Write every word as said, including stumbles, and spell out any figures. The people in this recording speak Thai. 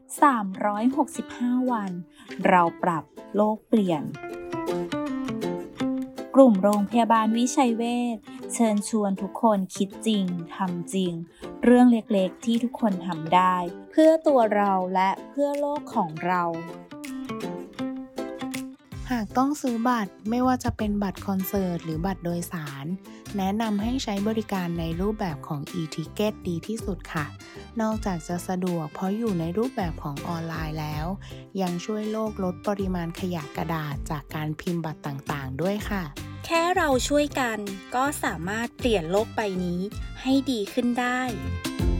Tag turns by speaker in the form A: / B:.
A: สามร้อยหกสิบห้า วัน เราปรับโลกเปลี่ยน กลุ่มโรงพยาบาลวิชัยเวชเชิญชวนทุกคนคิดจริง ทำจริง เรื่องเล็กๆที่ทุกคนทำได้ เพื่อตัวเราและเพื่อโลกของเรา
B: หากต้องซื้อบัตรไม่ว่าจะเป็นบัตรคอนเสิร์ตหรือบัตรโดยสารแนะนำให้ใช้บริการในรูปแบบของ e-ticket ดีที่สุดค่ะนอกจากจะสะดวกเพราะอยู่ในรูปแบบของออนไลน์แล้วยังช่วยโลกลดปริมาณขยะกระดาษจากการพิมพ์บัตรต่างๆด้วยค่ะ
A: แค่เราช่วยกันก็สามารถเปลี่ยนโลกใบนี้ให้ดีขึ้นได้